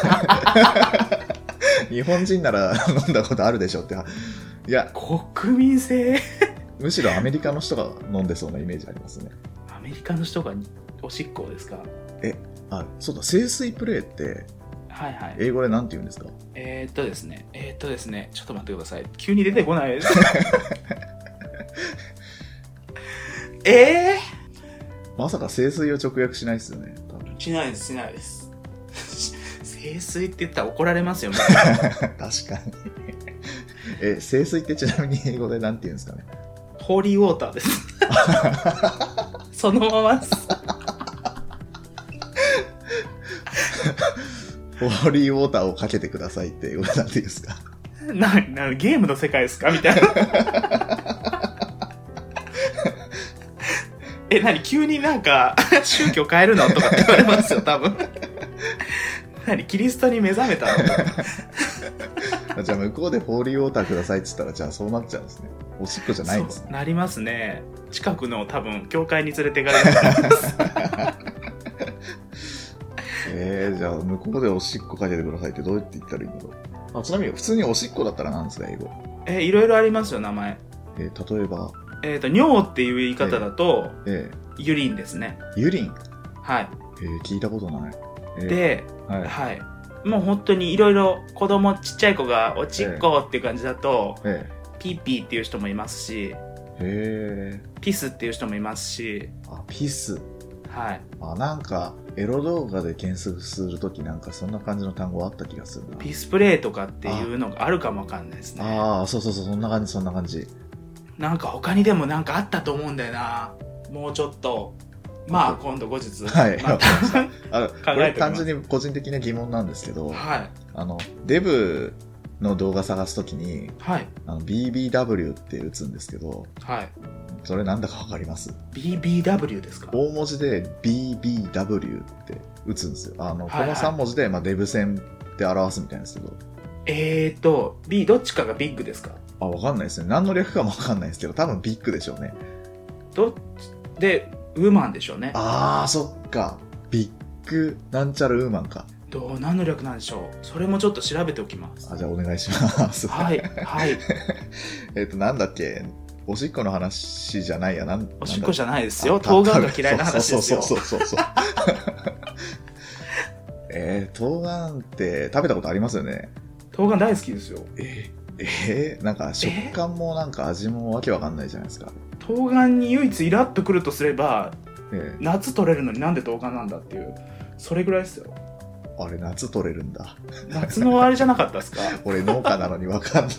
日本人なら飲んだことあるでしょって。いや、 国民性。 むしろアメリカの人が飲んでそうなイメージありますね。 アメリカの人がおしっこですか？ そうだ、清水プレーって、 はいはい。 英語でなんて言うんですか？ ですね、ちょっと待ってください。急に出てこないです。 まさか清水を直訳しないですよね。多分しないです。清水って言ったら怒られますよね。 確かに。清水ってちなみに英語でなんて言うんですかね？ ホーリーウォーターです。そのままです。 ホーリーウォーターをかけてくださいって英語でなんて言うんですか？ ゲームの世界ですかみたいな。急になんか宗教変えるのとかって言われますよ多分。キリストに目覚めたの？ じゃあ向こうでホーリーウォーターくださいって言ったらじゃあそうなっちゃうんですね。おしっこじゃないんですね。 なりますね。近くの多分教会に連れて行かれると思います。 じゃあ向こうでおしっこかけてくださいってどうやって言ったらいいんだろう。ちなみに普通におしっこだったら何ですか英語？ いろいろありますよ名前。 例えば尿っていう言い方だと、ユリンですね。 ユリン？ はい。 聞いたことない。 で、はい。もう本当にいろいろちっちゃい子がおちっこっていう感じだと、ピーピーっていう人もいますし、ピスっていう人もいますし、 ピス。 はい。 なんかエロ動画で検索するときなんかそんな感じの単語あった気がするな。 ピスプレイとかっていうのがあるかもわかんないですね。 そうそんな感じ。 なんか他にでもなんかあったと思うんだよな。もうちょっと。まあ今度後日。 はい。 またこれ単純に個人的な疑問なんですけど、 はい。 デブの動画探すときに、 はい。 BBW って打つんですけど、 はい。 それなんだかわかります？ BBW ですか？ 大文字で BBW って打つんですよ。この3文字で、デブ戦って表すみたいなんですけど。B どっちかがビッグですか？ わかんないですね。何の略かもわかんないですけど、多分ビッグでしょうね。 で、ウーマンでしょうね。 そっか。ビッグなんちゃらウーマンか。 何の略なんでしょう。それもちょっと調べておきます。 じゃあお願いします。 はい。はい。 なんだっけ、おしっこの話じゃないや。 おしっこじゃないですよ。冬瓜が嫌いな話ですよ。 そう。冬瓜って食べたことありますよね？ 冬瓜大好きですよ。 なんか食感もなんか味もわけわかんないじゃないですか。 冬瓜に唯一イラッとくるとすれば、夏取れるのになんで冬瓜なんだっていう、それぐらいですよ。 あれ夏取れるんだ。 夏のあれじゃなかったですか？ 俺農家なのにわかんない。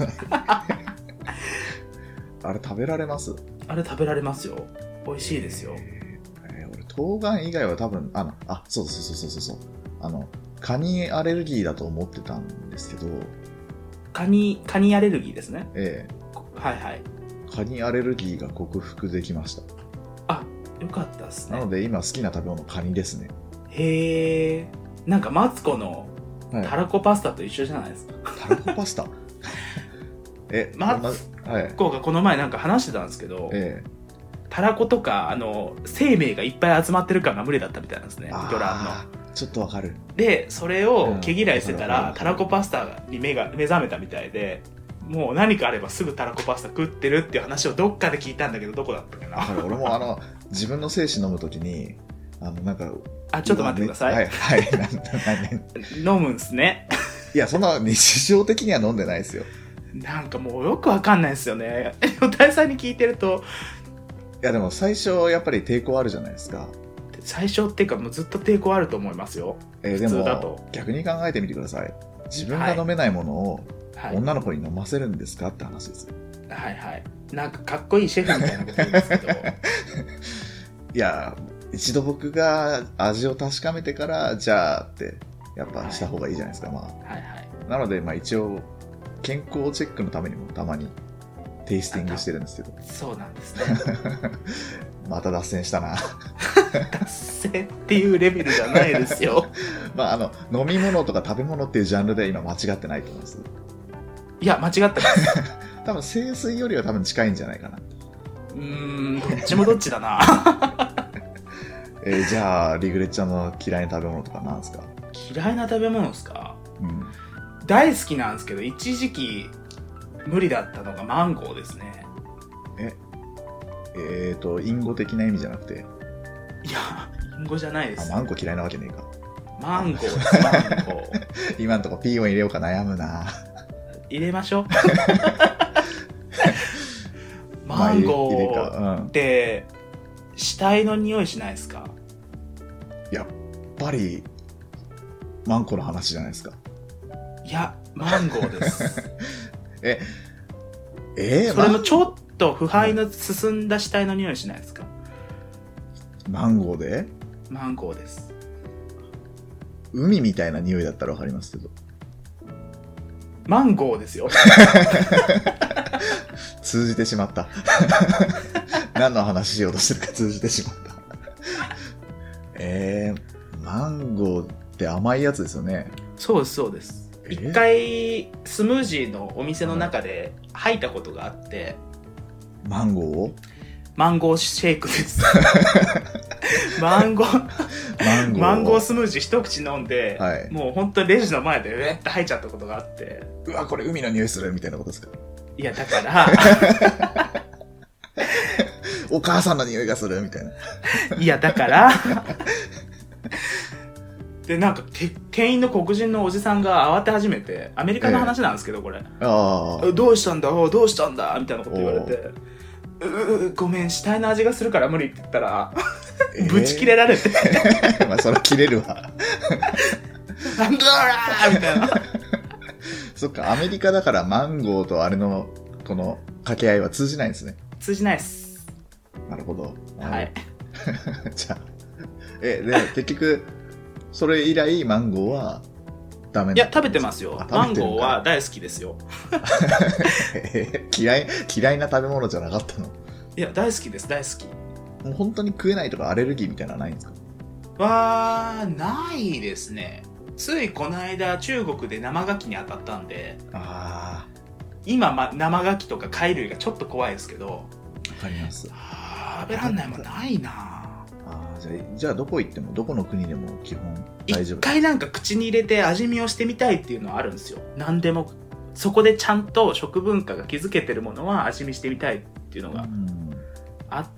あれ食べられます？ あれ食べられますよ。美味しいですよ。 俺冬瓜以外は多分そうカニアレルギーだと思ってたんですけど。 カニアレルギーですね。はいはい。 カニアレルギーが克服できました。 よかったですね。 なので今好きな食べ物カニですね。 へえ。なんかマツコのたらこパスタと一緒じゃないですか。 たらこパスタマツコがこの前なんか話してたんですけど、たらことか生命がいっぱい集まってる感が無理だったみたいなんですね。魚卵の。 ちょっとわかる。 でそれを毛嫌いしてたら、たらこパスタに目覚めたみたいで、もう何かあればすぐたらこパスタ食ってるっていう話をどっかで聞いたんだけど、どこだったかな。 俺も自分の精子飲むときになんかちょっと待ってください。 はい飲むんすね。 いや、そんな日常的には飲んでないですよ。 なんかもうよくわかんないですよね。大さんに聞いてると。 いやでも最初やっぱり抵抗あるじゃないですか。 最初っていうかもうずっと抵抗あると思いますよ。 でも逆に考えてみてください。自分が飲めないものを女の子に飲ませるんですかって話ですよ。 はいはい。なんかかっこいいシェフみたいなこと言うんですけど。 いや、一度僕が味を確かめてからじゃあってやっぱした方がいいじゃないですか。なので一応健康チェックのためにもたまにテイスティングしてるんですけど。 そうなんですね。 また脱線したな。 脱線っていうレベルじゃないですよ。 飲み物とか食べ物っていうジャンルで今間違ってないと思います。 いや間違ってます。 多分清水よりは多分近いんじゃないかな。 どっちもどっちだな。 じゃあリグレッちゃんの嫌いな食べ物とかなんですか？ 嫌いな食べ物ですか？大好きなんですけど一時期無理だったのがマンゴーですね。 インゴ的な意味じゃなくて。 いやインゴじゃないです。 マンゴー嫌いなわけねえか。 マンゴーです。マンゴー。 今んとこピーを入れようか悩むな。 入れましょう。マンゴーって死体の匂いしないですか？ やっぱりマンゴーの話じゃないですか。 いやマンゴーです。それもちょっと腐敗の進んだ死体の匂いしないですか？ マンゴーで？ マンゴーです。 海みたいな匂いだったらわかりますけど。 マンゴーですよ。 通じてしまった。何の話しようとしてるか通じてしまった。マンゴーって甘いやつですよね。 そうですそうです。一回スムージーのお店の中で吐いたことがあって。 マンゴーシェイクです。マンゴースムージー一口飲んで、もう本当にレジの前でウェッて吐いちゃったことがあって、 うわこれ海の匂いするみたいなことですか？ いやだからお母さんの匂いがするみたいな。 いやだからでなんか店員の黒人のおじさんが慌て始めて、アメリカの話なんですけどこれ、どうしたんだどうしたんだみたいなこと言われて、ごめん死体の味がするから無理って言ったらぶち切れられてまあそれ切れるわなんだろーみたいなそっか、アメリカだからマンゴーとあれのこの掛け合いは通じないんですね。 通じないっす。 なるほど。 はいじゃあで結局それ以来マンゴーはダメ。 いや食べてますよ。マンゴーは大好きですよ嫌いな食べ物じゃなかったの？ いや大好きです。大好き。 もう本当に食えないとかアレルギーみたいなのはないんですか？ ないですね。ついこの間中国で生牡蠣に当たったんで、今、生牡蠣とか貝類がちょっと怖いですけど。わかります。 食べらんないもんないな。 じゃあどこ行ってもどこの国でも基本大丈夫。 一回なんか口に入れて味見をしてみたいっていうのはあるんですよ。何でもそこでちゃんと食文化が築けてるものは味見してみたいっていうのがあって、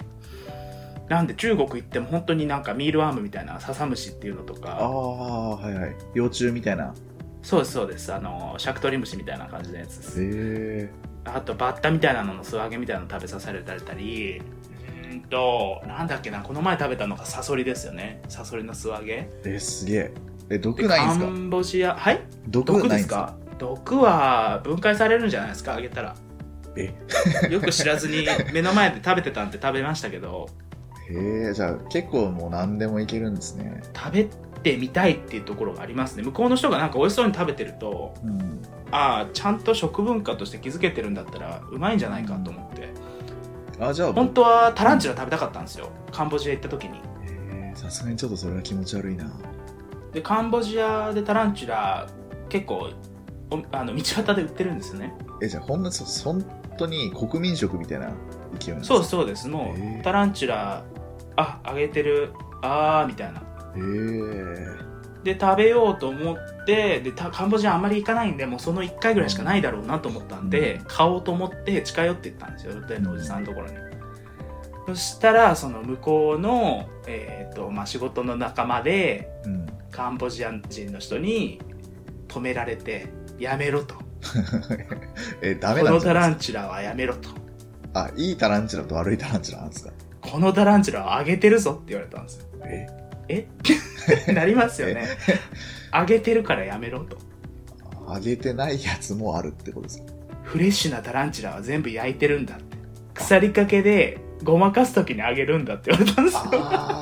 なんで中国行っても本当になんかミールワームみたいなササムシっていうのとか、 はいはい、幼虫みたいな。 そうですそうです。シャクトリムシみたいな感じのやつです。あとバッタみたいなのの素揚げみたいなの食べさせられたり、なんだっけな、この前食べたのがサソリですよね。サソリの素揚げ。 すげえ。毒ないんですか？ カンボジア、はい？ 毒ですか？毒は分解されるんじゃないですか、あげたら。よく知らずに目の前で食べてたんで食べましたけど。 じゃあ結構もう何でもいけるんですね。 食べてみたいっていうところがありますね。向こうの人がなんか美味しそうに食べてると、ちゃんと食文化として築けてるんだったらうまいんじゃないかと思って。 じゃあ本当はタランチュラ食べたかったんですよ、カンボジア行った時に。 さすがにちょっとそれは気持ち悪いな。 でカンボジアでタランチュラ結構道端で売ってるんですよね。 じゃあ本当に国民食みたいな勢いなんですか？ そうです。もうタランチュラ揚げてるみたいな。で食べようと思ってカンボジアあんまり行かないんで、もうその1回ぐらいしかないだろうなと思ったんで、買おうと思って近寄っていったんですよ、店のおじさんのところに。そしたらその向こうの、仕事の仲間で、カンボジア人の人に止められてやめろとダメなんですか？ このタランチュラはやめろと。 いいタランチュラと悪いタランチュラなんですか？ このタランチュラは揚げてるぞって言われたんですよ。なりますよね。揚げてるからやめろと。 揚げてないやつもあるってことですか？ フレッシュなタランチュラは全部焼いてるんだって。腐りかけでごまかす時に揚げるんだって言われたんですよ。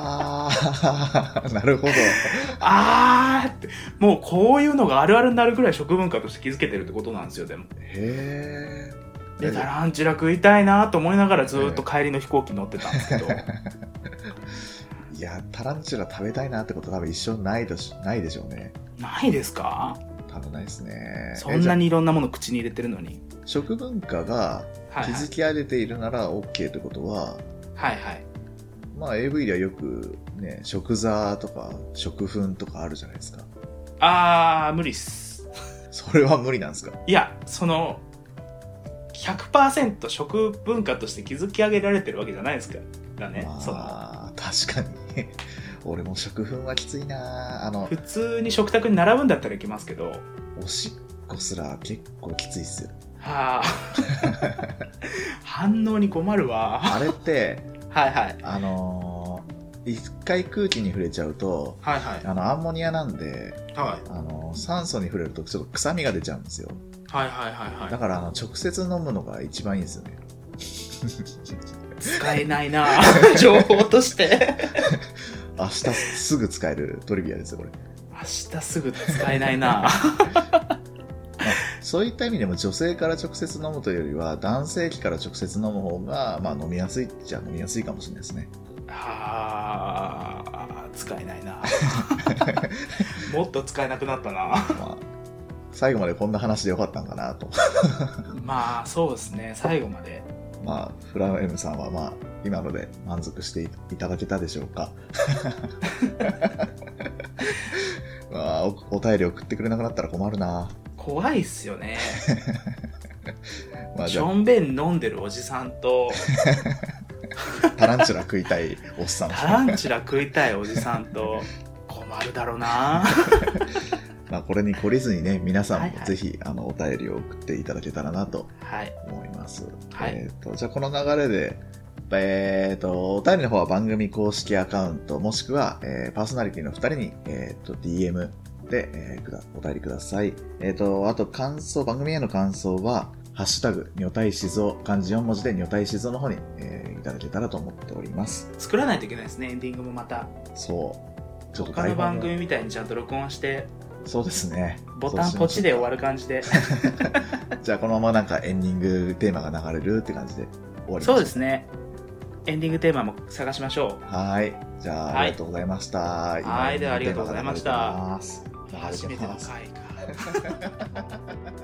なるほど。 ってもうこういうのがあるあるになるぐらい食文化として築けてるってことなんですよ。でもでタランチュラ食いたいなと思いながらずっと帰りの飛行機乗ってたんですけどいやタランチュラ食べたいなってこと多分一生ないでしょうね。 ないですか？ 多分ないですね。 そんなにいろんなもの口に入れてるのに。 食文化が築き上げているなら OK ってことは、まあ AV ではよくね、食座とか食粉とかあるじゃないですか。 無理っす。 それは無理なんですか？ いや、100% 食文化として築き上げられてるわけじゃないですからね。 確かに俺も食粉はきついな。 普通に食卓に並ぶんだったらいけますけど、 おしっこすら結構きついっすよ。 反応に困るわ。 あれってはい一回空気に触れちゃうと、アンモニアなんで、酸素に触れるとちょっと臭みが出ちゃうんですよ。だから直接飲むのが一番いいですよね。 使えないな情報として明日すぐ使えるトリビアですよこれ。 明日すぐ使えないなそういった意味でも女性から直接飲むというよりは男性器から直接飲む方が、飲みやすいっちゃ飲みやすいかもしれないですね。 使えないなもっと使えなくなったな最後までこんな話でよかったんかなとそうですね、最後まで。 フラエムさんは今ので満足していただけたでしょうかお便り送ってくれなくなったら困るな。 怖いっすよねジョンベン飲んでるおじさんとタランチュラ食いたいおっさんタランチュラ食いたいおじさんと困るだろうなこれに懲りずにね、皆さんもぜひ、お便りを送っていただけたらなと思います。じゃあこの流れでお便りの方は番組公式アカウント、もしくは、パーソナリティの2人に、DM で、お便りください。あと番組への感想は、ハッシュタグ、女体静雄、漢字4文字で女体静雄の方に、いただけたらと思っております。 作らないといけないですね、エンディングもまた。 そう。 ちょっと他の番組みたいにちゃんと録音して、 そうですね。 ボタンポチで終わる感じで。 じゃあこのままなんかエンディングテーマが流れるって感じで終わりましょう。 そうですね。エンディングテーマも探しましょう。 はい。じゃあ、ありがとうございました。 はい、ではありがとうございました。 初めての回か。